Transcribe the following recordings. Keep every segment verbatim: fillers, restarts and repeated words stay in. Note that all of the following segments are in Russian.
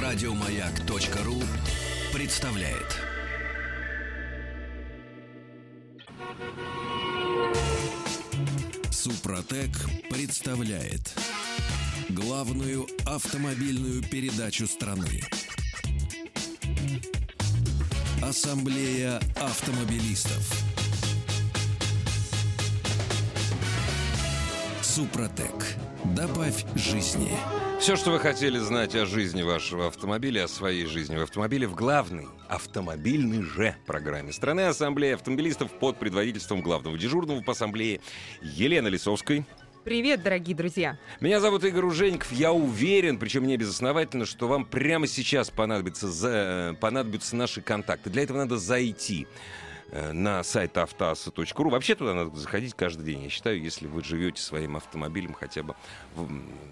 Радиомаяк.ру представляет. Супротек представляет главную автомобильную передачу страны. Ассамблея автомобилистов. Супротек. Добавь жизни. Все, что вы хотели знать о жизни вашего автомобиля, о своей жизни в автомобиле в главной автомобильной же программе страны Ассамблея автомобилистов под предводительством главного дежурного по ассамблее Елены Лисовской. Привет, дорогие друзья! Меня зовут Игорь Ужеников. Я уверен, причем не безосновательно, что вам прямо сейчас понадобятся, за... понадобятся наши контакты. Для этого надо зайти на сайт автоасса точка ру. Вообще туда надо заходить каждый день. Я считаю, если вы живете своим автомобилем хотя бы в,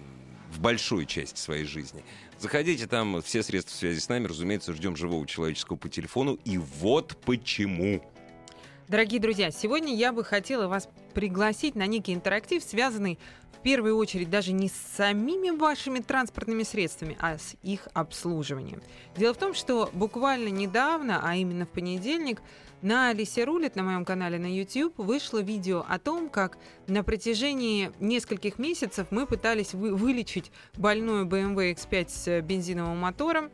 в большой части своей жизни. Заходите, там все средства связи с нами. Разумеется, ждем живого человеческого по телефону. И вот почему. Дорогие друзья, сегодня я бы хотела вас пригласить на некий интерактив, связанный в первую очередь даже не с самими вашими транспортными средствами, а с их обслуживанием. Дело в том, что буквально недавно, а именно в понедельник, на Алисе Рулит, на моем канале на YouTube, вышло видео о том, как на протяжении нескольких месяцев мы пытались вы- вылечить больную бэ эм вэ икс пять с бензиновым мотором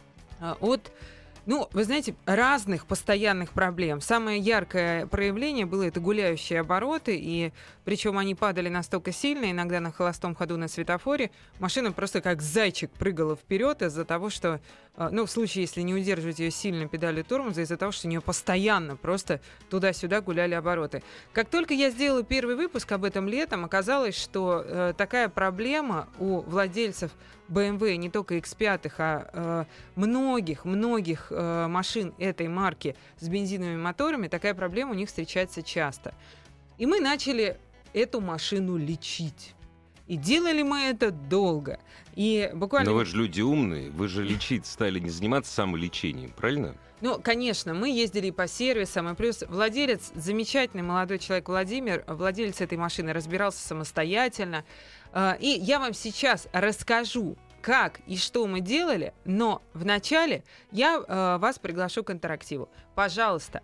э, от... Ну, вы знаете, разных постоянных проблем. Самое яркое проявление было это гуляющие обороты, и причем они падали настолько сильно, иногда на холостом ходу на светофоре. Машина просто как зайчик прыгала вперед из-за того, что, ну, в случае, если не удерживать ее сильно педалью тормоза, из-за того, что у нее постоянно просто туда-сюда гуляли обороты. Как только я сделала первый выпуск об этом летом, оказалось, что э, такая проблема у владельцев бэ эм вэ, не только икс пять, а многих-многих э, э, машин этой марки с бензиновыми моторами, такая проблема у них встречается часто. И мы начали эту машину лечить. И делали мы это долго. И буквально... Но вы же люди умные, вы же лечить стали, не заниматься самолечением, правильно? Ну, конечно, мы ездили по сервисам, и плюс владелец, замечательный молодой человек Владимир, владелец этой машины, разбирался самостоятельно. И я вам сейчас расскажу, как и что мы делали, но вначале я вас приглашу к интерактиву. Пожалуйста,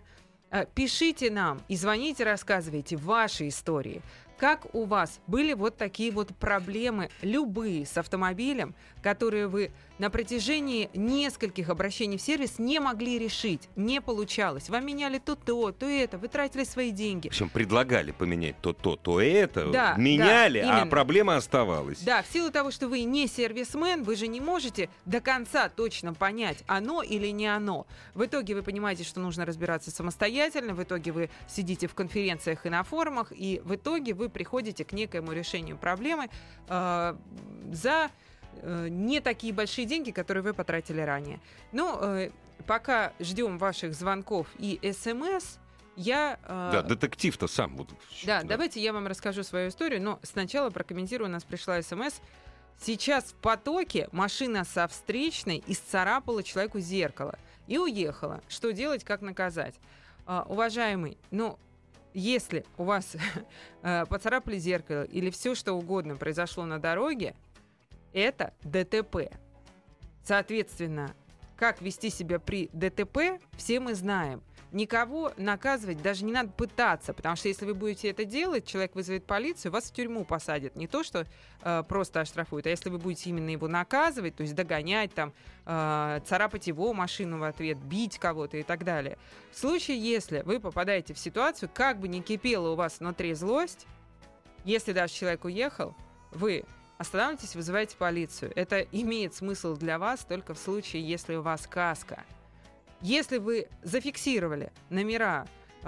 пишите нам и звоните, рассказывайте ваши истории. Как у вас были вот такие вот проблемы, любые, с автомобилем, которые вы на протяжении нескольких обращений в сервис не могли решить, не получалось. Вам меняли то то, то это, вы тратили свои деньги. В общем, предлагали поменять то то, то это, да, меняли, да, а проблема оставалась. Да, в силу того, что вы не сервисмен, вы же не можете до конца точно понять, оно или не оно. В итоге вы понимаете, что нужно разбираться самостоятельно, в итоге вы сидите в конференциях и на форумах, и в итоге вы приходите к некоему решению проблемы э, за э, не такие большие деньги, которые вы потратили ранее. Но э, пока ждем ваших звонков и смс, я... Э, да, детектив-то сам буду. Да, да, давайте я вам расскажу свою историю, но сначала прокомментирую, у нас пришла смс. Сейчас в потоке машина со встречной исцарапала человеку зеркало и уехала. Что делать, как наказать? Э, уважаемый, ну... Если у вас э, поцарапали зеркало или все что угодно произошло на дороге, это ДТП. Соответственно, как вести себя при ДТП, все мы знаем. Никого наказывать даже не надо пытаться, потому что если вы будете это делать, человек вызовет полицию, вас в тюрьму посадят. Не то, что э, просто оштрафуют, а если вы будете именно его наказывать, то есть догонять, там, э, царапать его машину в ответ, бить кого-то и так далее. В случае, если вы попадаете в ситуацию, как бы ни кипела у вас внутри злость, если даже человек уехал, вы останавливаетесь, вызываете полицию. Это имеет смысл для вас только в случае, если у вас каска. Если вы зафиксировали номера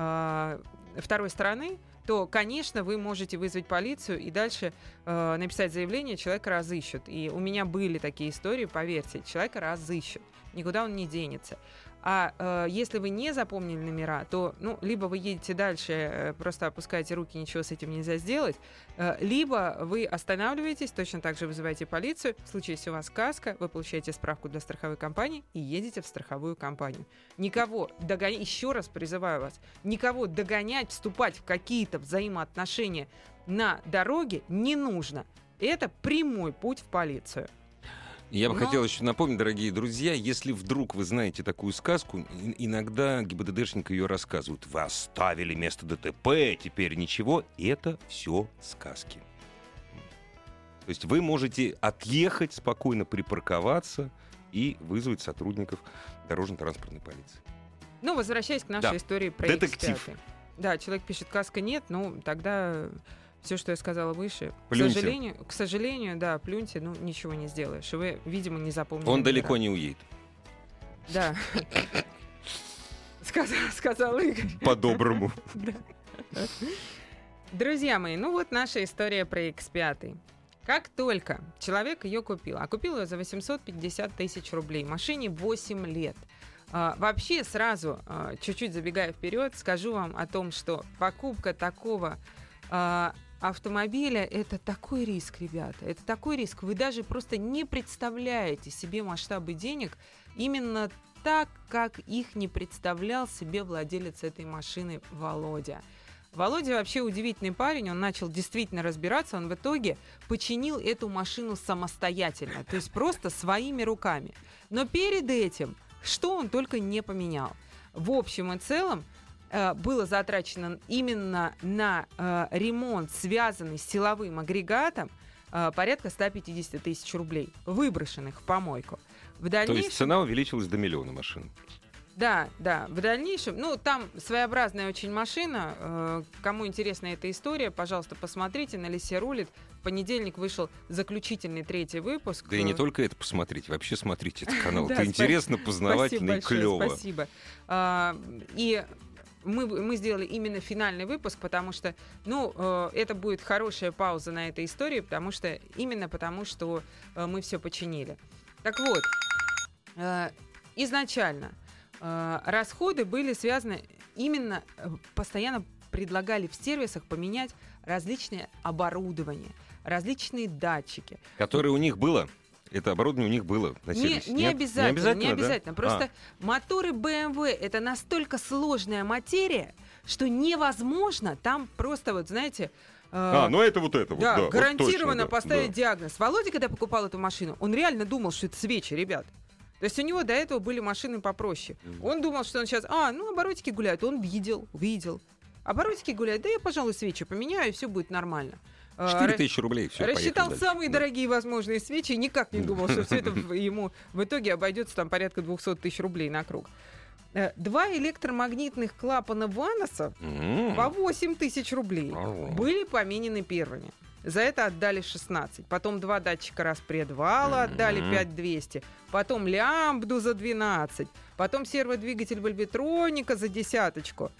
э, второй стороны, то, конечно, вы можете вызвать полицию и дальше э, написать заявление, человека разыщут. И у меня были такие истории, поверьте, человека разыщут, никуда он не денется. А э, если вы не запомнили номера, то, ну, либо вы едете дальше, э, просто опускаете руки, ничего с этим нельзя сделать, э, либо вы останавливаетесь, точно так же вызываете полицию. В случае, если у вас каска, вы получаете справку для страховой компании и едете в страховую компанию. Никого догонять, еще раз призываю вас, никого догонять, вступать в какие-то взаимоотношения на дороге не нужно. Это прямой путь в полицию. Я бы Но- хотел еще напомнить, дорогие друзья, если вдруг вы знаете такую сказку, и- иногда ГИБДДшники ее рассказывают. Вы оставили место ДТП, теперь ничего. Это все сказки. То есть вы можете отъехать, спокойно припарковаться и вызвать сотрудников дорожно-транспортной полиции. Ну, возвращаясь к нашей Да. истории про Детектив. икс пять. Да, человек пишет, каска нет, ну, тогда все, что я сказала выше. К Плюньте. сожалению, к сожалению, да, плюньте, ну, ничего не сделаешь. И вы, видимо, не запомнили. Он номера. далеко не уедет. Да. Сказал, сказал Игорь. По-доброму. Да. Друзья мои, ну вот наша история про икс пять. Как только человек ее купил, а купил ее за восемьсот пятьдесят тысяч рублей, машине восемь лет. А, вообще, сразу, а, чуть-чуть забегая вперед, скажу вам о том, что покупка такого а, автомобиля — это такой риск, ребята, это такой риск. Вы даже просто не представляете себе масштабы денег именно так, как их не представлял себе владелец этой машины Володя. Володя вообще удивительный парень, он начал действительно разбираться, он в итоге починил эту машину самостоятельно, то есть просто своими руками. Но перед этим, что он только не поменял. В общем и целом, э, было затрачено именно на э, ремонт, связанный с силовым агрегатом, э, порядка сто пятьдесят тысяч рублей, выброшенных в помойку. В То дальнейшем... есть цена увеличилась до миллиона машин. Да, да, в дальнейшем, ну, там своеобразная очень машина, э, кому интересна эта история, пожалуйста, посмотрите, на Лисе рулит. В понедельник вышел заключительный третий выпуск. Да и не только это посмотрите, вообще смотрите этот канал. Да, Это спа- интересно, познавательно и Спасибо большое, клево. Спасибо. А, и мы, мы сделали именно финальный выпуск, потому что, ну, э, это будет хорошая пауза на этой истории, потому что, именно потому, что э, мы все починили. Так вот, э, изначально э, расходы были связаны именно, э, постоянно предлагали в сервисах поменять различные оборудование, различные датчики. Которое у них было, это оборудование у них было на Не, сервисе. не Нет? обязательно, не обязательно. да? обязательно. Просто А, моторы бэ эм вэ — это настолько сложная материя, что невозможно там просто, вот знаете, э, а, ну это вот это вот. да, да, вот гарантированно точно, да, поставить да. диагноз. Володя, когда покупал эту машину, он реально думал, что это свечи, ребят. То есть у него до этого были машины попроще. Мгм. Он думал, что он сейчас, а, ну, оборотики гуляют. Он видел, видел. Оборотики гуляют, да я, пожалуй, свечи поменяю, и все будет нормально. А, четыре ра- тысячи рублей, все, Рассчитал самые дорогие возможные свечи и никак не думал, что все это в- ему в итоге обойдется там порядка двести тысяч рублей на круг. Э, Два электромагнитных клапана Ваноса по восемь тысяч рублей Ого. были поменены первыми. За это отдали шестнадцать. Потом два датчика распредвала отдали Мгм. пять тысяч двести. Потом лямбду за двенадцать. Потом серводвигатель вольветроника за десяточку.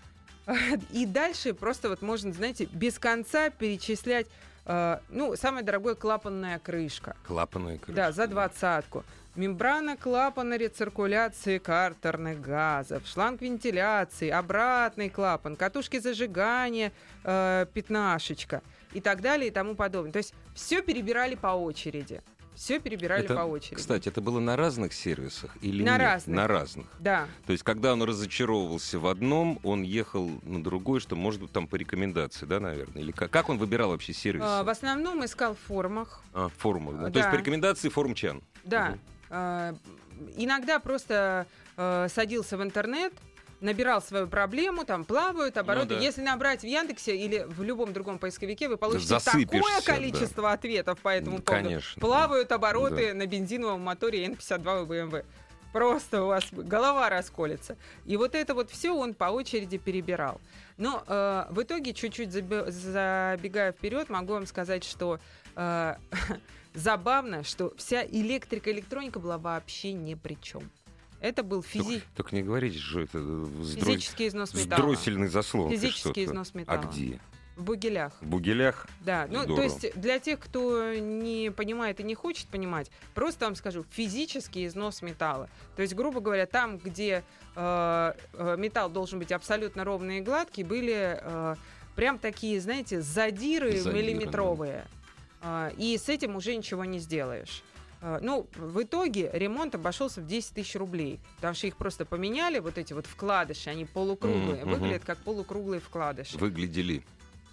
И дальше просто вот можно, знаете, без конца перечислять. э, ну, самая дорогая клапанная крышка. Клапанная крышка. Да, за двадцатку. Мембрана клапана рециркуляции картерных газов, шланг вентиляции, обратный клапан, катушки зажигания, э, пятнашечка и так далее и тому подобное. То есть все перебирали по очереди. Все перебирали Это, по очереди. Кстати, это было на разных сервисах или На нет? разных. На разных. Да. То есть, когда он разочаровывался в одном, он ехал на другой, что, может быть, там по рекомендации, да, наверное? Или как, как он выбирал вообще сервис? Э, в основном искал в форумах. А, в форумах, да? да. То есть, по рекомендации форум Чан. Да. Мгм. Э, иногда просто э, садился в интернет, набирал свою проблему, там плавают обороты. Ну да. Если набрать в Яндексе или в любом другом поисковике, вы получите Засыпешься, такое да. количество ответов по этому Да, поводу. конечно. Плавают обороты Да. на бензиновом моторе эн пятьдесят два у бэ эм вэ. Просто у вас голова расколется. И вот это вот все он по очереди перебирал. Но э, в итоге, чуть-чуть заби- забегая вперед, могу вам сказать, что э, забавно, что вся электрика, электроника была вообще ни при чем. Это был физи- Только, только не говорите, что это сдрос- физический износ металла. сдроссельный заслон. Физический износ металла. А где? В Бугелях. В Бугелях? Да, ну Здорово. то есть для тех, кто не понимает и не хочет понимать, просто вам скажу, физический износ металла. То есть, грубо говоря, там, где э, э, металл должен быть абсолютно ровный и гладкий, были э, прям такие, знаете, задиры, Задиры, миллиметровые. Э, и с этим уже ничего не сделаешь. Э, ну, в итоге ремонт обошелся в десять тысяч рублей, потому что их просто поменяли, вот эти вот вкладыши, они полукруглые, Мгм, мгм. выглядят как полукруглые вкладыши. Выглядели.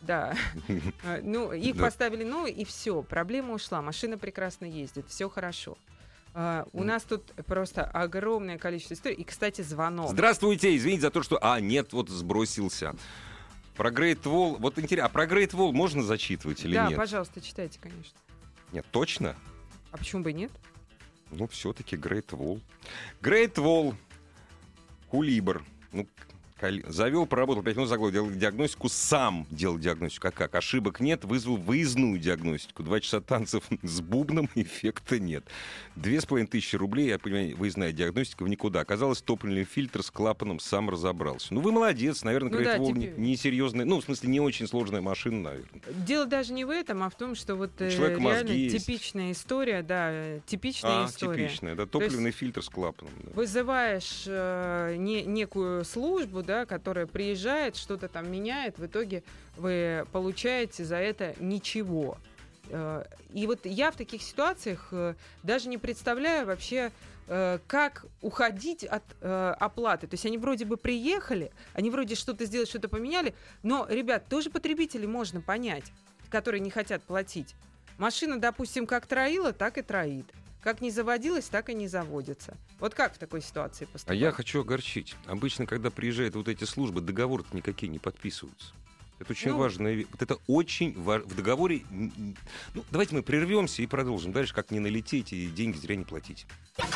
Да. А, Ну, их Да. поставили, ну и все, проблема ушла. Машина прекрасно ездит, все хорошо. А, У М. нас тут просто огромное количество историй. И, кстати, звонок. Здравствуйте, извините за то, что... А, нет, вот сбросился. Про Great Wall... Вот интересно, а про Great Wall можно зачитывать или Да, нет? пожалуйста, читайте, конечно. Нет, точно? А почему бы и нет? Ну, все-таки Great Wall. Great Wall. Кулибр. Ну, кали- завел, проработал пять минут, заглох, делал диагностику, сам делал диагностику. А как? Ошибок нет, вызвал выездную диагностику. Два часа танцев с бубном, эффекта нет. Две с половиной тысячи рублей, я понимаю, выездная диагностика в никуда. Оказалось, топливный фильтр с клапаном сам разобрался. Ну, вы молодец, наверное, Ну Great да, Wall теперь- не, не серьезная, ну, в смысле, не очень сложная машина, наверное. Дело даже не в этом, а в том, что вот У э, человека мозги реально есть. типичная история, да, э, типичная А, история. типичная, да, топливный фильтр с клапаном. Да. Вызываешь э, не, некую службу, да, которая приезжает, что-то там меняет, в итоге вы получаете за это ничего. Э, И вот я в таких ситуациях э, даже не представляю вообще, э, как уходить от э, оплаты. То есть они вроде бы приехали, они вроде что-то сделали, что-то поменяли, но, ребят, тоже потребителей можно понять, которые не хотят платить. Машина, допустим, как троила, так и троит. Как не заводилась, так и не заводится. Вот как в такой ситуации А поступать? я хочу огорчить. Обычно, когда приезжают вот эти службы, договоры никакие не подписываются. Это очень Ну. важная вещь. Вот это очень важно. В договоре... м, м, Ну, давайте мы прервемся и продолжим. Дальше как не налететь и деньги зря не платить.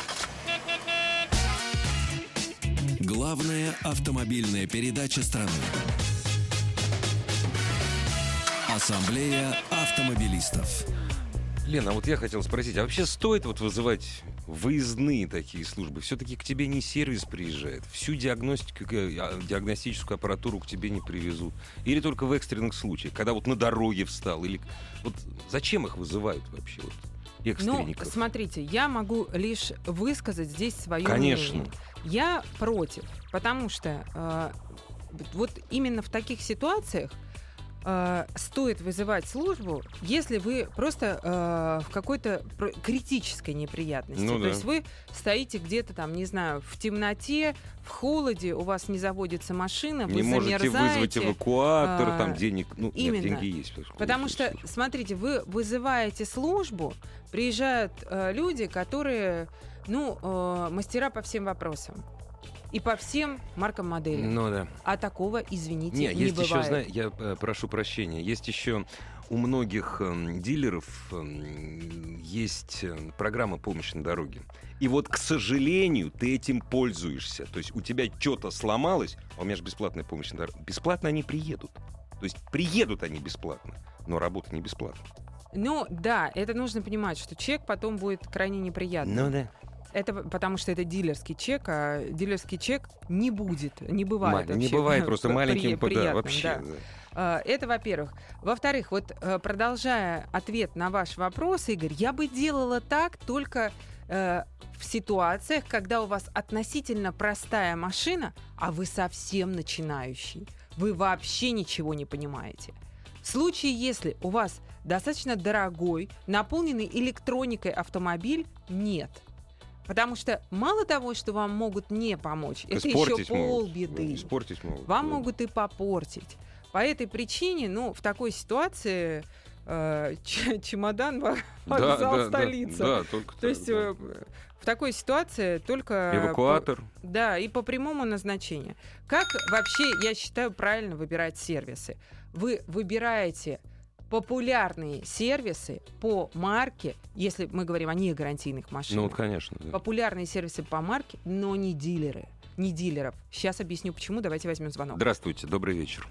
Главная автомобильная передача страны. Ассамблея автомобилистов. Лена, а вот я хотел спросить, а вообще стоит вот вызывать выездные такие службы? Все-таки к тебе не сервис приезжает, всю диагностику, э, а, диагностическую аппаратуру к тебе не привезут. Или только в экстренных случаях, когда вот на дороге встал. Или вот зачем их вызывают вообще, вот, Ну, экстренников? смотрите, я могу лишь высказать здесь свое Конечно. мнение. Я против, потому что э, вот именно в таких ситуациях э, стоит вызывать службу, если вы просто э, в какой-то про- критической неприятности. Ну То да. есть вы стоите где-то там, не знаю, в темноте, в холоде, у вас не заводится машина, вы Не можете замерзаете. вызвать эвакуатор, а, там денег... Ну, именно. нет, деньги есть. в таком Потому что, случае. смотрите, вы вызываете службу, приезжают э, люди, которые, ну, э, мастера по всем вопросам. И по всем маркам моделям. Ну да. А такого, извините, Не, не есть еще, бывает. знаете, я э, прошу прощения, есть еще у многих эм, дилеров эм, есть э, программа помощи на дороге. И вот, к сожалению, ты этим пользуешься. То есть у тебя что-то сломалось, а у меня же бесплатная помощь на дороге. Бесплатно они приедут. То есть приедут они бесплатно, но работа не бесплатна. Ну, да, это нужно понимать, что чек потом будет крайне неприятный. Ну да. Это п- потому что это дилерский чек, а дилерский чек не будет, не бывает Ма- не вообще бывает просто при- маленьким, да, приятным, вообще. да. да. А, Это, во-первых. Во-вторых, вот э, продолжая ответ на ваш вопрос, Игорь, я бы делала так только э, в ситуациях, когда у вас относительно простая машина, а вы совсем начинающий. Вы вообще ничего не понимаете. В случае, если у вас достаточно дорогой, наполненный электроникой автомобиль, нет. Потому что мало того, что вам могут не помочь, это еще Испортить могут. полбеды. Испортить могут. Вам да. могут и попортить. По этой причине, ну, в такой ситуации э, ч- чемодан, во- Да, вокзал, да, да, столица. Да, только То так, есть да. э, в такой ситуации только... Эвакуатор. по- да, и по прямому назначению. Как вообще, я считаю, правильно выбирать сервисы? Вы выбираете популярные сервисы по марке, если мы говорим о негарантийных машинах. Ну, вот, конечно. Да. Популярные сервисы по марке, но не дилеры. Не дилеров. Сейчас объясню, почему. Давайте возьмем звонок. Здравствуйте, добрый вечер.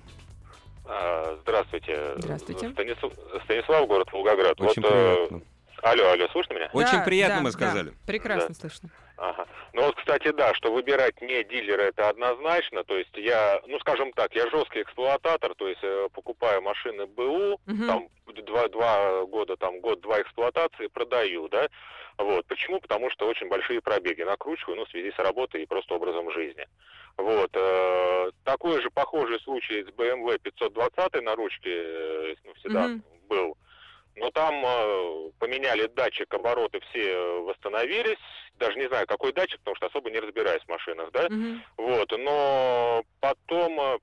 А, Здравствуйте. Здравствуйте. Станислав, Станислав, город Волгоград. Очень вот, э, приятно. Алло, алло, слышно меня? Очень Да, приятно, да, мы да. сказали. Прекрасно слышно. Ага. Ну вот, кстати, да, что выбирать не дилера, это однозначно. То есть я, ну скажем так, я жесткий эксплуататор, то есть э, покупаю машины БУ, Мгм. там два, два года, там год-два эксплуатации продаю, да. Вот. Почему? Потому что очень большие пробеги накручиваю, ну, в связи с работой и просто образом жизни. Вот. э, Такой же похожий случай с бэ эм вэ пятьсот двадцать на ручке, э, ну, всегда Мгм. был. но там э, поменяли датчик, обороты все восстановились. Даже не знаю, какой датчик, потому что особо не разбираюсь в машинах, да? Мгм. Вот, но потом э,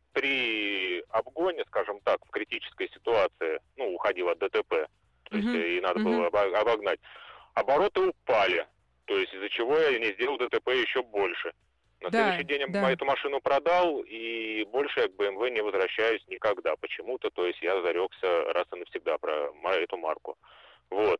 при обгоне, скажем так, в критической ситуации, ну, уходил от ДТП, то есть Мгм. э, и надо Мгм. было обо- обогнать, обороты упали, то есть из-за чего я не сделал ДТП еще больше. На Да, следующий день я да. эту машину продал, и больше я к бэ эм вэ не возвращаюсь никогда почему-то, то есть я зарекся раз и навсегда про ма- эту марку. Вот.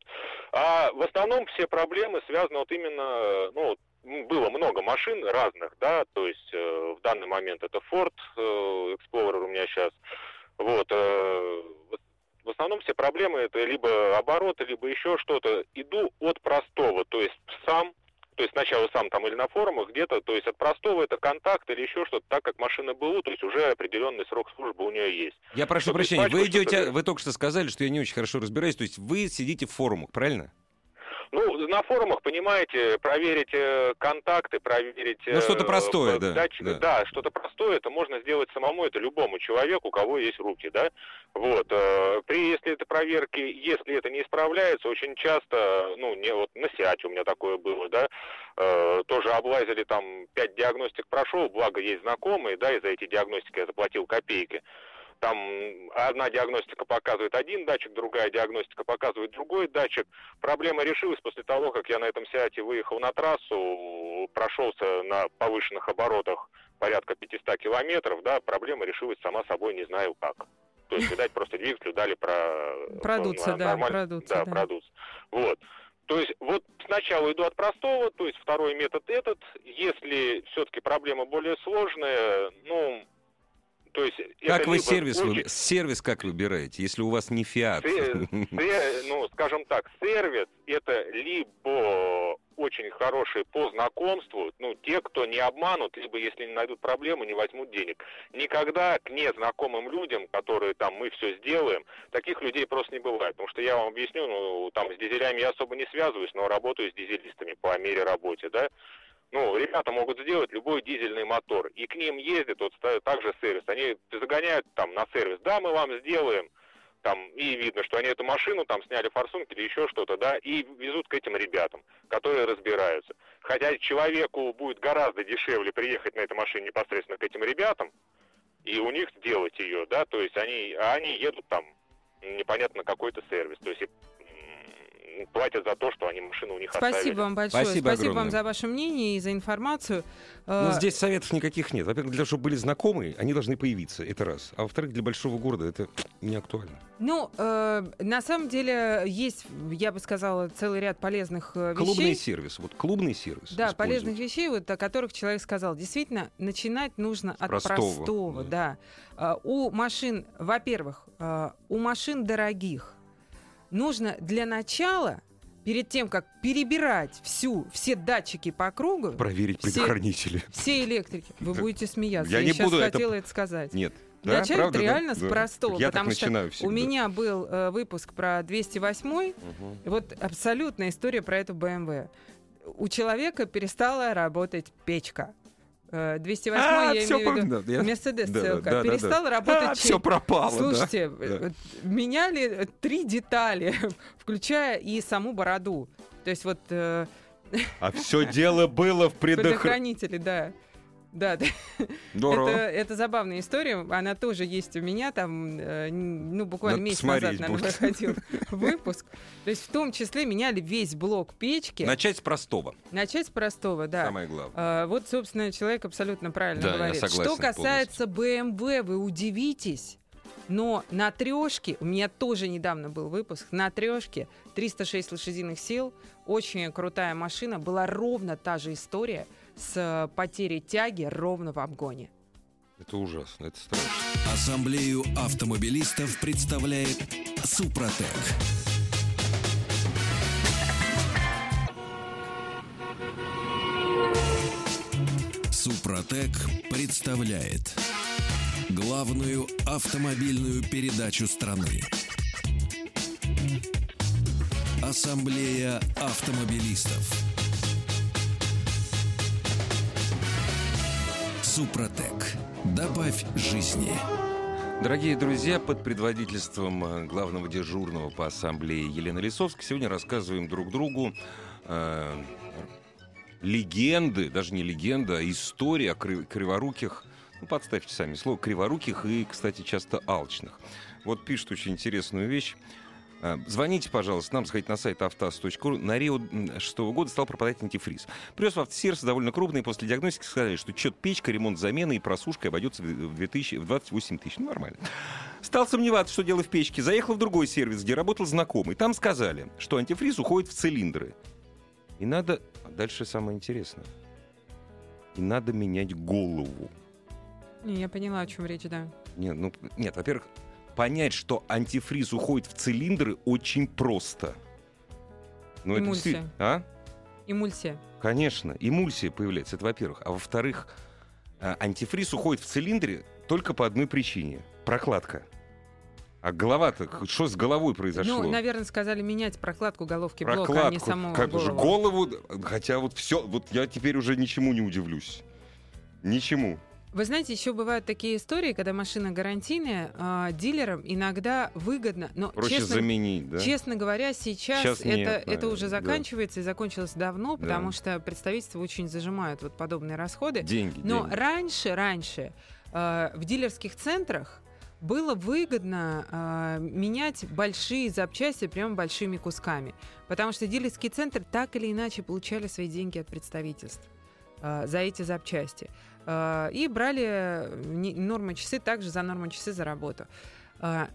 А в основном все проблемы связаны вот именно, ну, м, было много машин разных, да, то есть э, в данный момент это Ford э, Explorer у меня сейчас. Вот. э, в- в основном все проблемы это либо обороты, либо еще что-то. Иду от простого, то есть сам, то есть сначала сам там или на форумах где-то, то есть от простого это контакт или еще что-то, так как машина БУ, то есть уже определенный срок службы у нее есть. Я прошу Что-то прощения, вы испачкал, идете, что-то- вы только что сказали, что я не очень хорошо разбираюсь, то есть вы сидите в форумах, правильно? Ну, на форумах, понимаете, проверить э, контакты, проверить... Ну, что-то э, простое, э, да, датчик- да. да, что-то простое, это можно сделать самому, это любому человеку, у кого есть руки, да. Вот. э, При, если это проверки, если это не исправляется, очень часто, ну, не вот на Сиате у меня такое было, да, э, тоже облазили, там, пять диагностик прошел, благо есть знакомые, да, и за эти диагностики я заплатил копейки. Там одна диагностика показывает один датчик, другая диагностика показывает другой датчик. Проблема решилась после того, как я на этом Сиате выехал на трассу, прошелся на повышенных оборотах порядка пятьсот километров, да, проблема решилась сама собой, не знаю как. То есть, видать, просто двигателю дали про... Продуться, ну, да, нормаль- продуться, Да, да. продуться. Вот. То есть, вот сначала иду от простого, то есть второй метод этот. Если все-таки проблема более сложная, ну... То есть Как это вы либо сервис, очень- вы, сервис как выбираете, если у вас не Фиат? Се- се- ну, скажем так, сервис это либо очень хороший по знакомству, ну, те, кто не обманут, либо если не найдут проблему, не возьмут денег. Никогда к незнакомым людям, которые там мы все сделаем, таких людей просто не бывает. Потому что я вам объясню, ну, там с дизелями я особо не связываюсь, но работаю с дизелистами по мере работы, да. Ну, ребята могут сделать любой дизельный мотор, и к ним ездит вот ста- также сервис. Они загоняют там на сервис, да, мы вам сделаем, там, и видно, что они эту машину там сняли форсунки или еще что-то, да, и везут к этим ребятам, которые разбираются. Хотя человеку будет гораздо дешевле приехать на этой машине непосредственно к этим ребятам, и у них сделать ее, да, то есть они, а они едут там непонятно на какой-то сервис, то есть м, платят за то, что они машину у них Спасибо оставили. вам большое. Спасибо Спасибо огромное. вам за ваше мнение и за информацию. Ну, Э, здесь советов никаких нет. Во-первых, для того, чтобы были знакомые, они должны появиться, это раз. А во-вторых, для большого города это не актуально. Ну, э, на самом деле есть, я бы сказала, целый ряд полезных э, Клубный вещей. сервис, вот клубный сервис. Да, используйте. полезных вещей, вот, о которых человек сказал. Действительно, начинать нужно от простого, простого. да. Да. Э, У машин, во-первых, э, у машин дорогих нужно для начала, перед тем, как перебирать всю, все датчики по кругу, Проверить все- предохранители. все электрики, вы будете смеяться. Я Я, не сейчас буду, это- хотела это сказать. Нет. Да, Начать правда, да? реально с Да. простого, Я потому так что начинаю всегда. у меня был э, выпуск про двести восемь, Мгм. и вот абсолютная история про эту бэ эм вэ. У человека перестала работать печка. Э, двести восемь, А, я всё имею в виду, помню, да, я- Мерседес да, да, ЦЛК, да, да, да. перестала работать А, чей- все пропало, да. Слушайте, Да. э, меняли три детали, включая и саму бороду. То есть вот э, А все дело было в предохранителе. предохранители, да. Да, да. Здорово. Это, это забавная история. Она тоже есть у меня. Там, э, н- ну, буквально Надо месяц назад, посмотреть наверное, будет. выходил выпуск. То есть в том числе меняли весь блок печки. Начать с простого. Начать с простого, да. Самое главное. А, вот, собственно, человек абсолютно правильно Да, я говорит. согласен Что касается бэ эм вэ, вы удивитесь, но на трешке, у меня тоже недавно был выпуск, на трешке триста шесть лошадиных сил, очень крутая машина, была ровно та же история с э, потерей тяги ровно в обгоне. Это ужасно, это страшно. Ассамблею автомобилистов представляет Супротек. Супротек представляет главную автомобильную передачу страны. Ассамблея автомобилистов. Супротек. Добавь жизни. Дорогие друзья, под предводительством главного дежурного по ассамблее Елены Лисовской сегодня рассказываем друг другу э, легенды, даже не легенда, а история о крив- криворуких, ну, подставьте сами слово, криворуких и, кстати, часто алчных. Вот пишет очень интересную вещь. Звоните, пожалуйста, нам, заходите на сайт автоаз точка ру. На Рио шестого года стал пропадать антифриз. Привез в автосервис довольно крупный, и после диагностики сказали, что что-то печка, ремонт, замена и просушка обойдется в две тысячи, в двадцать восемь тысяч. Ну, нормально. Стал сомневаться, что дело в печке. Заехал в другой сервис, где работал знакомый. Там сказали, что антифриз уходит в цилиндры. И надо... Дальше самое интересное. И надо менять голову. Не, я поняла, о чем речь, да. Нет, ну, нет, во-первых, понять, что антифриз уходит в цилиндры, очень просто. Ну, это Эмульсия. действительно- А? Эмульсия. Конечно, эмульсия появляется, это во-первых. А во-вторых, а, антифриз уходит в цилиндре только по одной причине. Прокладка. А голова-то, что с головой произошло? Ну, наверное, сказали менять прокладку головки блока, а не Прокладку, саму как же голову. голову, хотя вот все, вот я теперь уже ничему не удивлюсь. Ничему. Вы знаете, еще бывают такие истории, когда машина гарантийная, а, дилерам иногда выгодно, но Проще честно, заменить, да? честно говоря, сейчас, Сейчас это, нет, это наверное, уже да. заканчивается и закончилось давно, потому Да. что представительства очень зажимают вот подобные расходы. Деньги, Но деньги. раньше, раньше э, в дилерских центрах было выгодно э, менять большие запчасти прям большими кусками, потому что дилерские центры так или иначе получали свои деньги от представительств э, за эти запчасти. Э, и брали не- нормы-часы также за нормы-часы за работу. Э,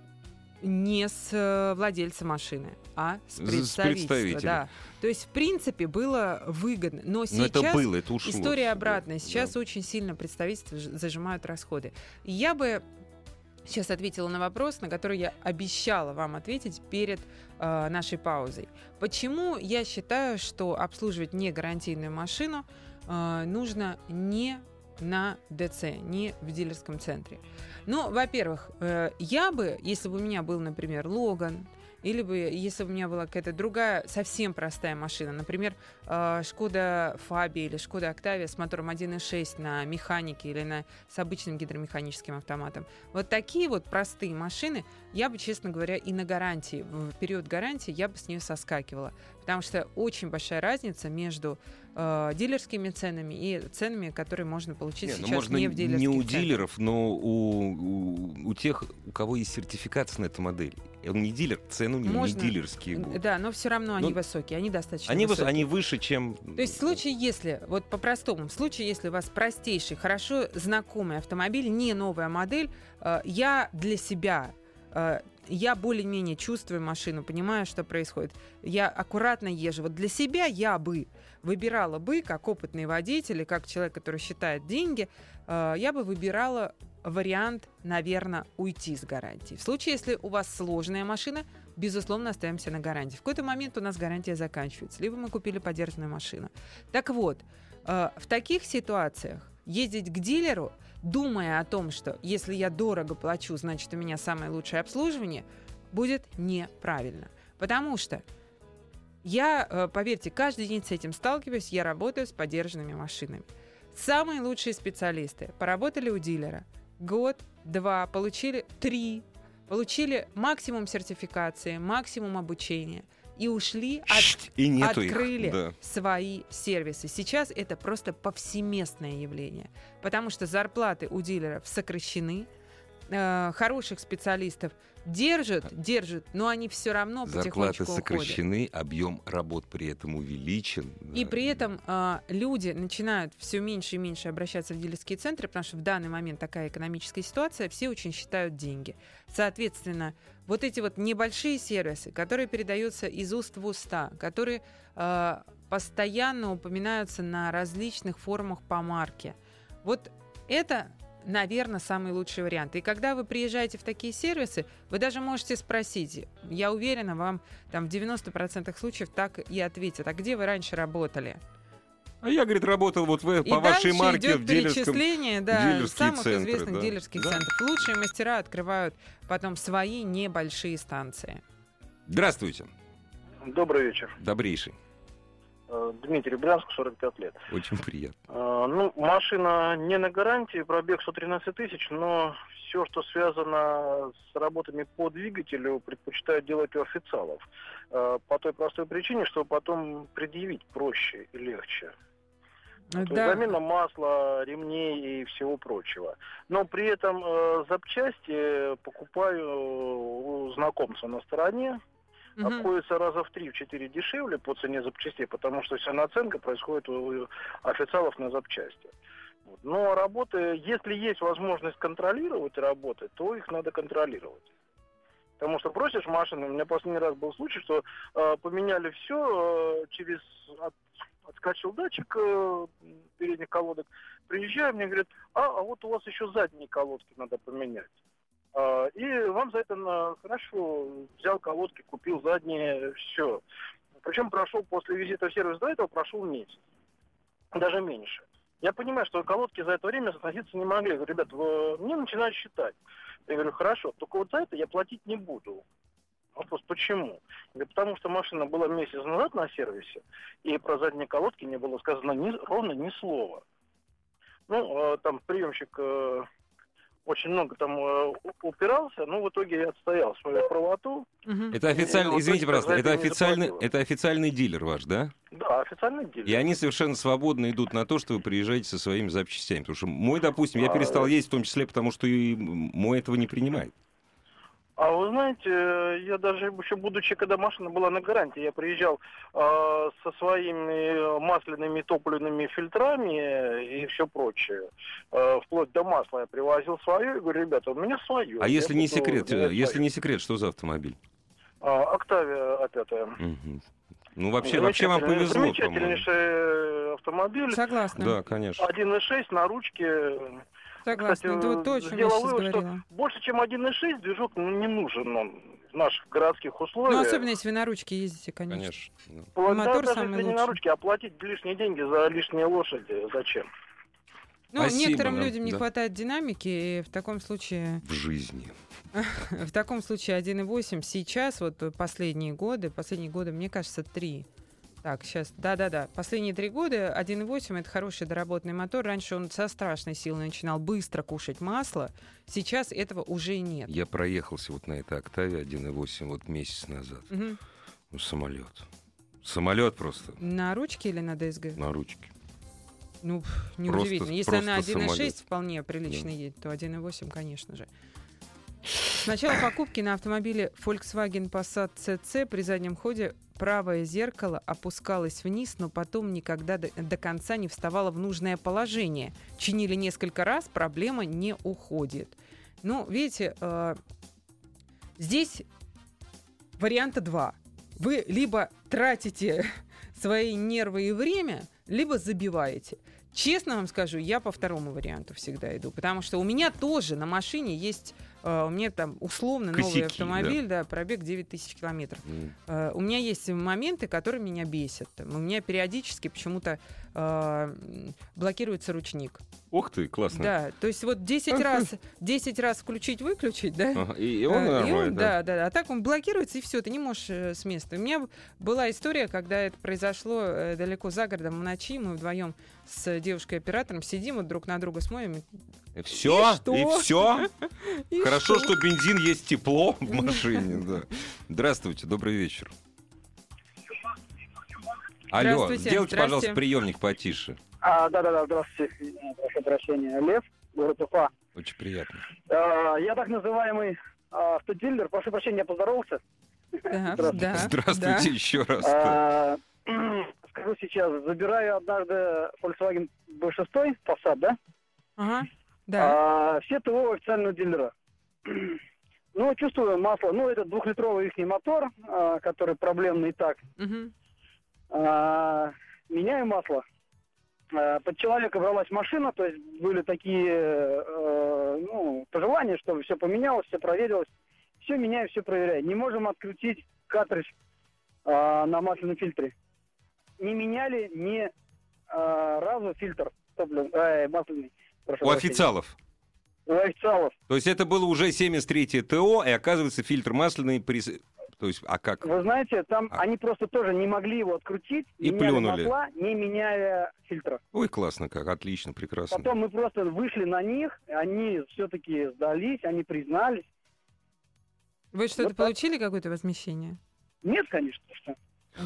не с э, владельца машины, а с С- с представительства. представителя. Да. То есть, в принципе, было выгодно. Но Но сейчас... это было, это ушло. История всё, обратная. да. Сейчас очень сильно представительства ж- зажимают расходы. И я бы сейчас ответила на вопрос, на который я обещала вам ответить перед э, нашей паузой. Почему я считаю, что обслуживать негарантийную машину э, нужно не на ДЦ, не в дилерском центре? Ну, во-первых, э, я бы, если бы у меня был, например, Логан, или бы, если бы у меня была какая-то другая, совсем простая машина, например, э, Шкода Фабия или Шкода Октавия с мотором один и шесть на механике или на, с обычным гидромеханическим автоматом. Вот такие вот простые машины я бы, честно говоря, и на гарантии, в период гарантии я бы с нее соскакивала. Потому что очень большая разница между э, дилерскими ценами и ценами, которые можно получить Не, ну, сейчас можно не в дилерских не у центрах. дилеров, но у, у, у тех, у кого есть сертификация на эту модель. Он не дилер, цены у него Можно. не дилерские будут. Да, но все равно они Ну, высокие, они достаточно Они, выс- высокие. они выше, чем... То есть в случае, если, вот по-простому, в случае, если у вас простейший, хорошо знакомый автомобиль, не новая модель, э, я для себя, э, я более-менее чувствую машину, понимаю, что происходит. Я аккуратно езжу. Вот для себя я бы выбирала бы, как опытный водитель, и как человек, который считает деньги, э, я бы выбирала вариант, наверное, уйти с гарантии. В случае, если у вас сложная машина, безусловно, остаемся на гарантии. В какой-то момент у нас гарантия заканчивается, либо мы купили подержанную машину. Так вот, э, в таких ситуациях ездить к дилеру, думая о том, что если я дорого плачу, значит, у меня самое лучшее обслуживание, будет неправильно. Потому что я, э, поверьте, каждый день с этим сталкиваюсь, я работаю с подержанными машинами. Самые лучшие специалисты поработали у дилера год, два, получили три, получили максимум сертификации, максимум обучения и ушли, от, И нету их, открыли да. свои сервисы. Сейчас это просто повсеместное явление, потому что зарплаты у дилеров сокращены, э, хороших специалистов держат, держат, но они все равно Зарплаты потихонечку уходят. сокращены, объем работ при этом увеличен. И Да. при этом э, люди начинают все меньше и меньше обращаться в дилерские центры, потому что в данный момент такая экономическая ситуация, все очень считают деньги. Соответственно, вот эти вот небольшие сервисы, которые передаются из уст в уста, которые э, постоянно упоминаются на различных форумах по марке, вот это, наверное, самый лучший вариант. И когда вы приезжаете в такие сервисы, вы даже можете спросить, я уверена, вам там в девяноста процентах случаев так и ответят, а где вы раньше работали? А я, говорит, работал вот в, И по вашей дальше марке идет в дилерском... перечисление, да, дилерские самых центры, известных да. дилерских Да. центров. Лучшие мастера открывают потом свои небольшие станции. Здравствуйте. Добрый вечер. Добрейший. Дмитрий, Брянск, сорок пять лет. Очень приятно. Ну, машина не на гарантии, пробег сто тринадцать тысяч, но все, что связано с работами по двигателю, предпочитают делать у официалов. По той простой причине, что потом предъявить проще и легче. Да. То есть замена масла, ремней и всего прочего. Но при этом э, запчасти покупаю у знакомца на стороне. Угу. Обходится раза в три-четыре дешевле по цене запчастей, потому что вся наценка происходит у официалов на запчасти. Но работы, если есть возможность контролировать работы, то их надо контролировать. Потому что бросишь машину, у меня последний раз был случай, что э, поменяли все, э, через от, отскочил датчик э, передних колодок, приезжаю, мне говорят, а, а вот у вас еще задние колодки надо поменять. Э, и вам за это э, хорошо, взял колодки, купил задние, все. Причем прошел после визита в сервис до этого, прошел месяц, даже меньше. Я понимаю, что колодки за это время соотноситься не могли. Я говорю, ребят, вы, мне начинают считать. Я говорю, хорошо, только вот за это я платить не буду. Вопрос, почему? Я говорю, потому что машина была месяц назад на сервисе, и про задние колодки не было сказано ни, ровно ни слова. Ну, э, там приемщик э, очень много там э, упирался, но в итоге я отстоял свою правоту. Это официальный, извините, пожалуйста, это официальный, это официальный дилер ваш, да? Да, официальный дилер. И они совершенно свободно идут на то, что вы приезжаете со своими запчастями. Потому что мой, допустим, я перестал ездить в том числе, потому что и мой этого не принимает. А вы знаете, я даже еще будучи, когда машина была на гарантии, я приезжал э, со своими масляными топливными фильтрами и все прочее. Э, вплоть до масла я привозил свое и говорю, ребята, у меня свое. А если не секрет, если свое. не секрет, что за автомобиль? Октавия А пять. Угу. Ну, вообще, вообще вам повезло, замечательнейший автомобиль. Согласна. Да, конечно. один и шесть на ручке. Согласна. Кстати, это вот то, о чем я сделал сейчас вывод, говорила. что больше, чем один и шесть движок ну, не нужен он в наших городских условиях. Ну, особенно, если вы на ручке ездите, конечно. Конечно. Да. Вот, Мотор да, даже самый если не лучший. на ручке, а платить лишние деньги за лишние лошади. Зачем? Ну, Спасибо, некоторым да, людям не да. хватает динамики, и в таком случае... В жизни. В таком случае один и восемь сейчас, вот последние годы, последние годы, мне кажется, три. Так, сейчас, да-да-да, последние три года один и восемь это хороший доработанный мотор. Раньше он со страшной силой начинал быстро кушать масло, сейчас этого уже нет. Я проехался вот на этой Октаве один и восемь вот месяц назад. Угу. Ну, самолет. Самолет просто На ручке или на ДСГ? на ручке. Ну, пф, неудивительно. Просто- Если просто она один и шесть самолет. вполне прилично Да. едет, то один и восемь, конечно же. С начала покупки на автомобиле Volkswagen Passat си си при заднем ходе правое зеркало опускалось вниз, но потом никогда до, до конца не вставало в нужное положение. Чинили несколько раз, проблема не уходит. Ну, видите, э, здесь варианта два. Вы либо тратите свои нервы и время, либо забиваете. Честно вам скажу, я по второму варианту всегда иду, потому что у меня тоже на машине есть, э, у меня там условно Косяки, новый автомобиль, да, пробег девять тысяч километров. М. Э, у меня есть моменты, которые меня бесят. Там, у меня периодически почему-то э, блокируется ручник. Ух ты, классно. Да, то есть вот десять раз, десять раз включить-выключить, да? Ага, И, и он Э, и нормально, он- да. да, да, да. А так он блокируется, и все, ты не можешь э, с места. У меня была история, когда это произошло э, далеко за городом в ночи. Мы вдвоем с девушкой-оператором сидим, вот друг на друга смотрим. И все, И что? и все. и Хорошо, что? что бензин есть тепло в машине, да. Здравствуйте, добрый вечер. Алло, Здравствуйте, сделайте, пожалуйста, здрасте. приемник потише. А, да-да-да, здравствуйте, прошу прощения, Лев, город Уфа. Очень приятно. А, я так называемый а, автодилер, прошу прощения, я поздоровался. Да, Здравствуйте. да, Здравствуйте да. еще раз. А, скажу сейчас, забираю однажды Volkswagen би шесть, Passat, да? Ага, да. А, все ТО официального дилера. Ну, чувствую масло, ну, это двухлитровый их мотор, а, который проблемный и так. Мгм. А, меняю масло. А, под человека бралась машина, то есть были такие э, ну, пожелания, чтобы все поменялось, все проверилось. Все меняю, все проверяю. Не можем открутить картридж а, на масляном фильтре. Не меняли ни а, разу фильтр топлив, э, масляный. Прошу У прощения. официалов. У официалов. То есть это было уже семьдесят третье ТО, и оказывается фильтр масляный при... То есть, а как? Вы знаете, там а. они просто тоже не могли его открутить, и меняли плюнули. масла, не меняя фильтра. Ой, классно как, отлично, прекрасно. Потом мы просто вышли на них, они все-таки сдались, они признались. Вы что-то Вот получили, какое-то возмещение? Нет, конечно, что.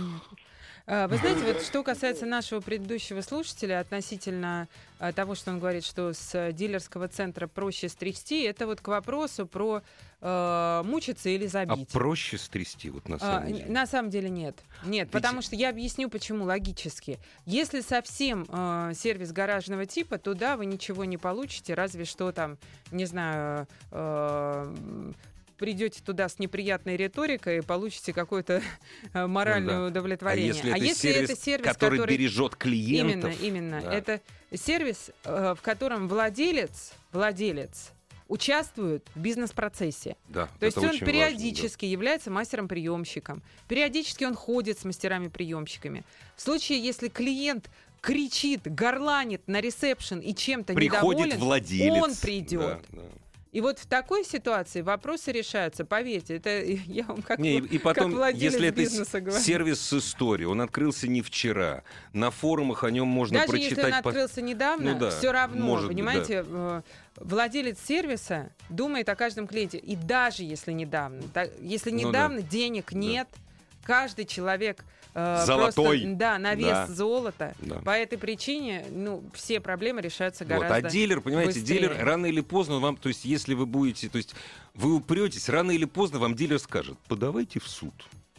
Вы знаете, вот что касается нашего предыдущего слушателя относительно а, того, что он говорит, что с дилерского центра проще стрясти, это вот к вопросу про э, мучиться или забить. А проще стрясти, вот на самом а, деле? На самом деле нет. Нет, Ведь... потому что я объясню, почему логически. Если совсем э, сервис гаражного типа, то да, вы ничего не получите, разве что там, не знаю... Э, придете туда с неприятной риторикой и получите какое-то моральное ну, да. удовлетворение. А если, а это, если сервис, это сервис, который, который бережет Именно, клиентов? именно. Да. Это сервис, в котором владелец, владелец участвует в бизнес-процессе. Да, То есть он периодически важно, да. является мастером-приемщиком. Периодически он ходит с мастерами-приемщиками. В случае, если клиент кричит, горланит на ресепшн и чем-то приходит недоволен, владелец. он придет. Да, да. И вот в такой ситуации вопросы решаются, поверьте, это я вам как, не, и потом, как владелец если это бизнеса говорю. Сервис с историей, он открылся не вчера, на форумах о нем можно Даже прочитать. Даже если он по... открылся недавно, ну, да, все равно, может понимаете, быть, да. владелец сервиса думает о каждом клиенте, и даже если недавно, так, если недавно ну, да. денег да. нет, каждый человек э, золотой, просто, да, на вес да. золота. Да. По этой причине, ну, все проблемы решаются вот. гораздо А дилер, понимаете, быстрее. дилер рано или поздно вам, то есть если вы будете, то есть вы упретесь, рано или поздно вам дилер скажет, подавайте в суд.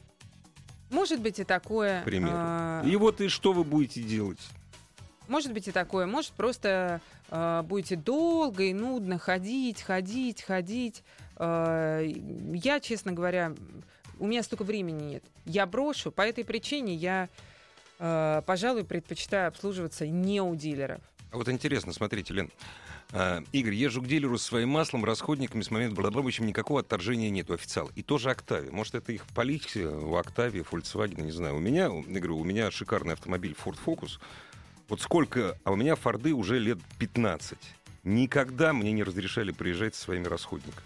Может быть и такое. К примеру. Э, и вот и что вы будете делать? Может быть и такое. Может просто э, будете долго и нудно ходить, ходить, ходить. Э, я, честно говоря, у меня столько времени нет. Я брошу. По этой причине я, э, пожалуй, предпочитаю обслуживаться не у дилеров. А вот интересно, смотрите, Лен. А, Игорь, езжу к дилеру со своим маслом, расходниками, с момента бла-бла-бла, в общем, никакого отторжения нет у официала. И тоже Октавия. Может, это их политика у Октавии, Volkswagen, не знаю. У меня, я говорю, у меня шикарный автомобиль Ford Focus. Вот сколько, а у меня Форды уже лет пятнадцать. Никогда мне не разрешали приезжать со своими расходниками.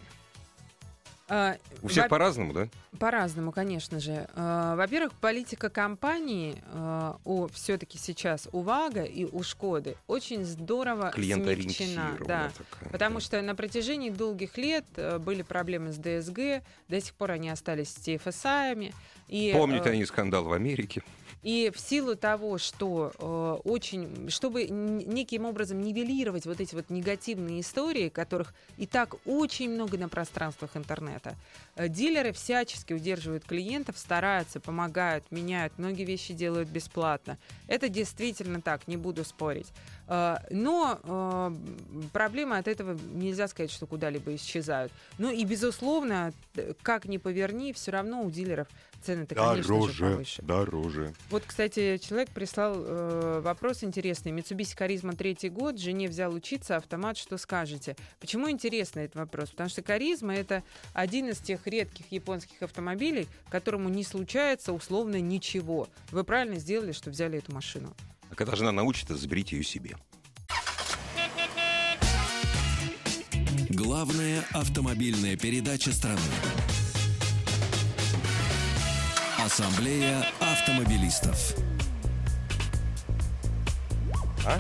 А, у всех во- по-разному, да? По-разному, конечно же. А, во-первых, политика компании а, у все-таки сейчас у ВАГа и у Шкоды очень здорово смягчена. Да, такая, потому да. что на протяжении долгих лет а, были проблемы с ДСГ, до сих пор они остались с ти эф эс ай-ами. И, Помните а, они скандал в Америке? И в силу того, что э, очень, чтобы н- неким образом нивелировать вот эти вот негативные истории, которых и так очень много на пространствах интернета, э, дилеры всячески удерживают клиентов, стараются, помогают, меняют, многие вещи делают бесплатно. Это действительно так, не буду спорить. Э, но э, проблемы от этого нельзя сказать, что куда-либо исчезают. Ну и, безусловно, как ни поверни, все равно у дилеров цены-то, конечно же, повыше. Дороже. Вот, кстати, человек прислал э, вопрос интересный. Mitsubishi Charisma третий год, жене взял учиться, автомат, что скажете? Почему интересный этот вопрос? Потому что Charisma — это один из тех редких японских автомобилей, которому не случается условно ничего. Вы правильно сделали, что взяли эту машину. А когда жена научится, заберите ее себе. Главная автомобильная передача страны. Ассамблея автомобилистов. А?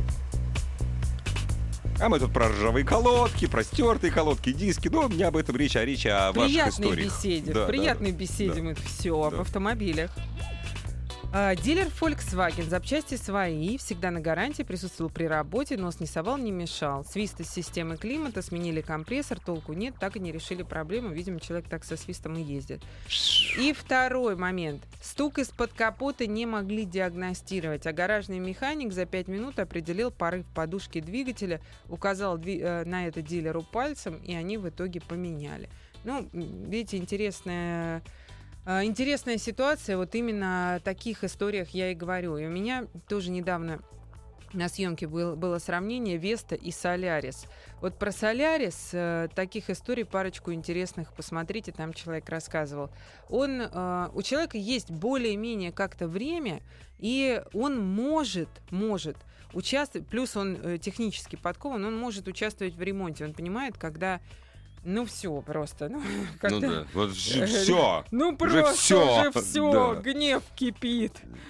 А мы тут про ржавые колодки, про стертые колодки, диски. Но не об этом речь, а речь о ваших Приятной историях. беседе. Да, в приятной да, беседе да. мы все об Да. автомобилях. А, дилер Volkswagen, запчасти свои, всегда на гарантии, присутствовал при работе, нос не совал, не мешал. Свист из системы климата, сменили компрессор, толку нет, так и не решили проблему. Видимо, человек так со свистом и ездит. И второй момент. Стук из-под капота не могли диагностировать, а гаражный механик за пять минут определил порыв подушки двигателя, указал дви- э, на это дилеру пальцем, и они в итоге поменяли. Ну, видите, интересная... Интересная ситуация, вот именно о таких историях я и говорю. И у меня тоже недавно на съемке был, было сравнение Веста и Солярис. Вот про Солярис э, таких историй парочку интересных посмотрите, там человек рассказывал. Он, э, у человека есть более-менее как-то время, и он может, может участвовать, плюс он э, технически подкован, он может участвовать в ремонте. Он понимает, когда Ну все просто. Ну, ну да, вот все. Ну просто все. уже все, да. Гнев кипит.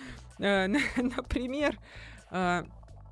Например, на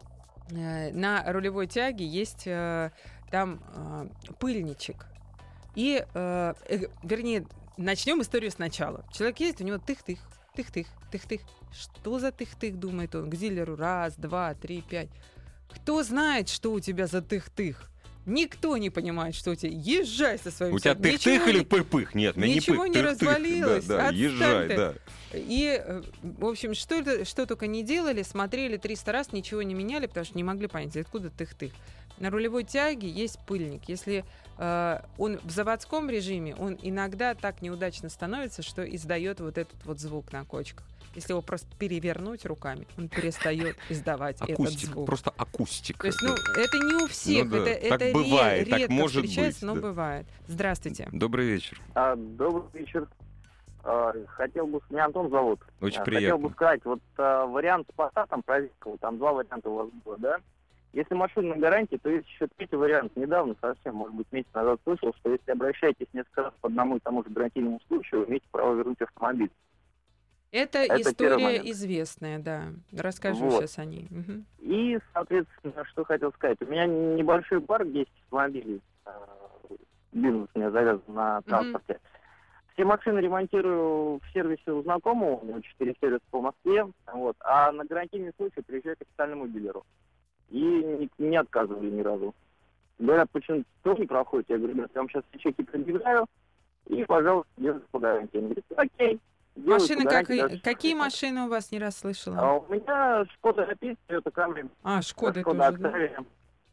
рулевой тяге есть там пыльничек. И, вернее, начнем историю сначала. Человек ездит, у него тых-тых, тых-тых, тых-тых. Что за тых-тых, думает он, к дилеру? Раз, два, три, пять. Кто знает, что у тебя за тых-тых? Никто не понимает, что у тебя. Езжай со своим... У тебя тых-тых или пых-пых? Нет, меня не пых. Ничего не развалилось. Да, да, езжай, да. И, в общем, что, это, что только не делали, смотрели триста раз, ничего не меняли, потому что не могли понять, откуда тых-тых. На рулевой тяге есть пыльник. Если э, он в заводском режиме, он иногда так неудачно становится, что издает вот этот вот звук на кочках. Если его просто перевернуть руками, он перестает издавать акустика, этот звук. Просто акустика. То есть, ну, это не у всех, ну, да. это, так это бывает, редко так может встречается, быть, но да. бывает. Здравствуйте. Добрый вечер. А, добрый вечер. А, хотел бы, меня Антон зовут. Очень а, приятно. Хотел бы сказать, вот а, вариант с Passat, про Zikal, там два варианта у вас было, да? Если машина на гарантии, то есть еще третий вариант. Недавно, совсем, может быть, месяц назад слышал, что если обращаетесь несколько раз по одному и тому же гарантийному случаю, вы имеете право вернуть автомобиль. Это, Это история известная, да. Расскажу вот. Сейчас о ней. Угу. И, соответственно, что хотел сказать. У меня небольшой парк, десять автомобилей. Бизнес у меня завязан на транспорте. Угу. Все машины ремонтирую в сервисе у знакомого, у него четыре сервиса по Москве. Вот, а на гарантийный случай приезжаю к официальному дилеру. И не, не отказывали ни разу. Говорят, почему тоже не проходит? Я говорю, я вам сейчас все чеки предъявляю, и, пожалуйста, делайте по гарантии. Он говорит, окей. Машины как, какие машины у вас, не раз слышала? А у меня Шкода Рапид, Toyota Camry. А, Шкода тоже, да?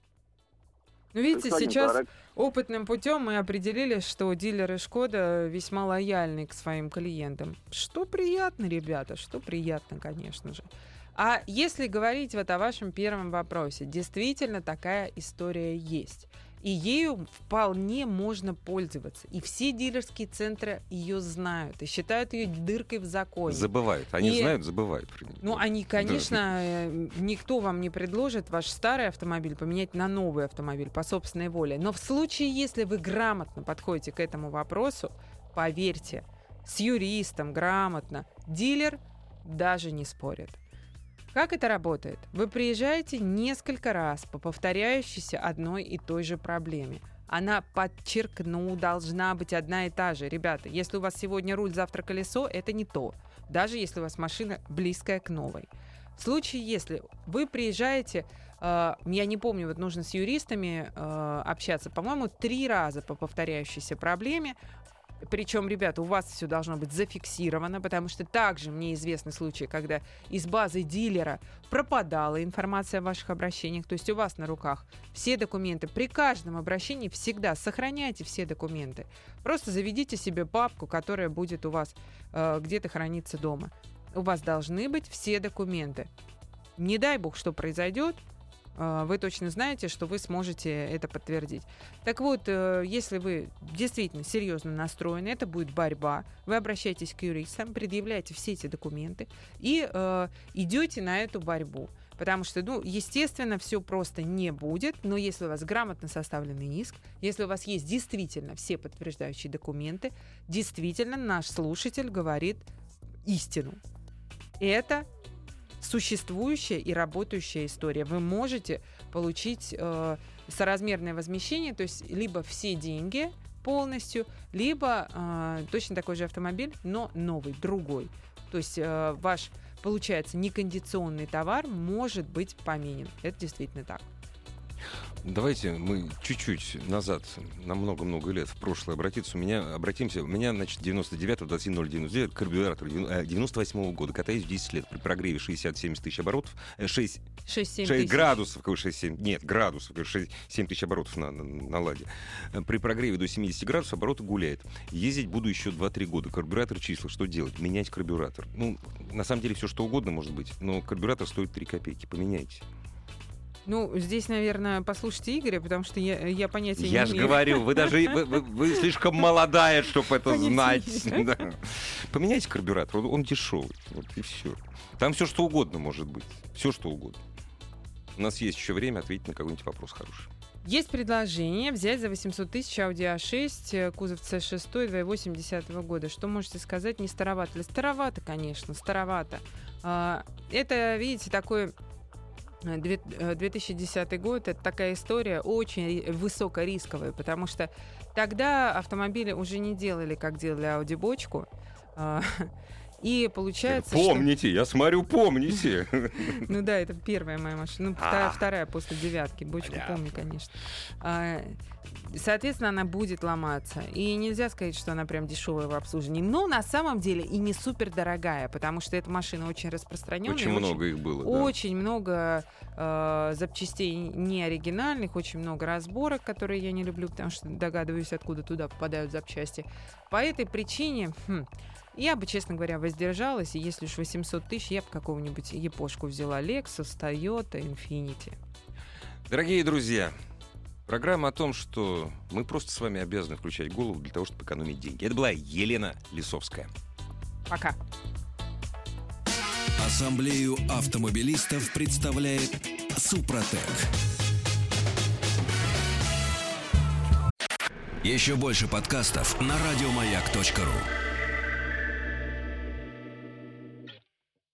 Ну, видите, сейчас дорог. Опытным путем мы определили, что дилеры Шкода весьма лояльны к своим клиентам. Что приятно, ребята, что приятно, конечно же. А если говорить вот о вашем первом вопросе, действительно такая история есть. И ею вполне можно пользоваться. И все дилерские центры ее знают и считают ее дыркой в законе. Забывают. Они и, знают, забывают. Ну, они, конечно, да. Никто вам не предложит ваш старый автомобиль поменять на новый автомобиль по собственной воле. Но в случае, если вы грамотно подходите к этому вопросу, поверьте, с юристом грамотно, дилер даже не спорит. Как это работает? Вы приезжаете несколько раз по повторяющейся одной и той же проблеме. Она, подчеркну, должна быть одна и та же. Ребята, если у вас сегодня руль, завтра колесо, это не то. Даже если у вас машина близкая к новой. В случае, если вы приезжаете, э, я не помню, вот нужно с юристами э, общаться, по-моему, три раза по повторяющейся проблеме. Причем, ребята, у вас все должно быть зафиксировано, потому что также мне известны случаи, когда из базы дилера пропадала информация о ваших обращениях. То есть у вас на руках все документы. При каждом обращении всегда сохраняйте все документы. Просто заведите себе папку, которая будет у вас э, где-то храниться дома. У вас должны быть все документы. Не дай бог, что произойдет, вы точно знаете, что вы сможете это подтвердить. Так вот, если вы действительно серьезно настроены, это будет борьба. Вы обращаетесь к юристам, предъявляете все эти документы и э, идете на эту борьбу. Потому что, ну, естественно, все просто не будет, но если у вас грамотно составленный иск, если у вас есть действительно все подтверждающие документы, действительно наш слушатель говорит истину. Это существующая и работающая история. Вы можете получить э, соразмерное возмещение, то есть либо все деньги полностью, либо э, точно такой же автомобиль, но новый, другой. То есть э, ваш, получается, некондиционный товар может быть поменен. Это действительно так. Давайте мы чуть-чуть назад, на много-много лет в прошлое обратиться. У меня, обратимся, у меня, значит, девяносто девятого двадцать семь ноль девяносто девять карбюратор девяносто восьмого года. Катаюсь десять лет при прогреве шестьдесят-семьдесят тысяч оборотов. шесть, шесть градусов, шесть-семь, нет, градусов, шесть-семь тысяч оборотов на, на, на ладе. При прогреве до семьдесят градусов обороты гуляет. Ездить буду еще два-три года. Карбюратор числа. Что делать? Менять карбюратор. Ну, на самом деле, все что угодно может быть. Но карбюратор стоит три копейки. Поменяйте. Ну, здесь, наверное, послушайте Игоря, потому что я, я понятия я не имею. Я же говорю, вы даже вы, вы, вы слишком молодая, чтобы это знать. Да. Поменяйте карбюратор, он, он дешевый. Вот и все. Там все что угодно может быть. Все что угодно. У нас есть еще время ответить на какой-нибудь вопрос хороший. Есть предложение взять за восемьсот тысяч Audi а шесть, кузов си шесть, два и восемь десятого года. Что можете сказать? Не старовато ли? Старовато, конечно, старовато. Это, видите, такой две тысячи десятый год. Это такая история очень высокорисковая, потому что тогда автомобили уже не делали, как делали Audi бочку. И получается, помните, что... я смотрю, помните. Ну да, это первая моя машина. Ну, вторая после девятки. Бочку помню, конечно. Соответственно, она будет ломаться. И нельзя сказать, что она прям дешевая в обслуживании. Но на самом деле и не супер дорогая, потому что эта машина очень распространенная. Очень много их было. Очень много запчастей не оригинальных, очень много разборок, которые я не люблю, потому что догадываюсь, откуда туда попадают запчасти. По этой причине... Я бы, честно говоря, воздержалась, и если уж восемьсот тысяч, я бы какого-нибудь япошку взяла. Lexus, Toyota, Infiniti. Дорогие друзья, программа о том, что мы просто с вами обязаны включать голову для того, чтобы экономить деньги. Это была Елена Лисовская. Пока. Ассамблею автомобилистов представляет Супротек. Еще больше подкастов на радиомаяк точка ру.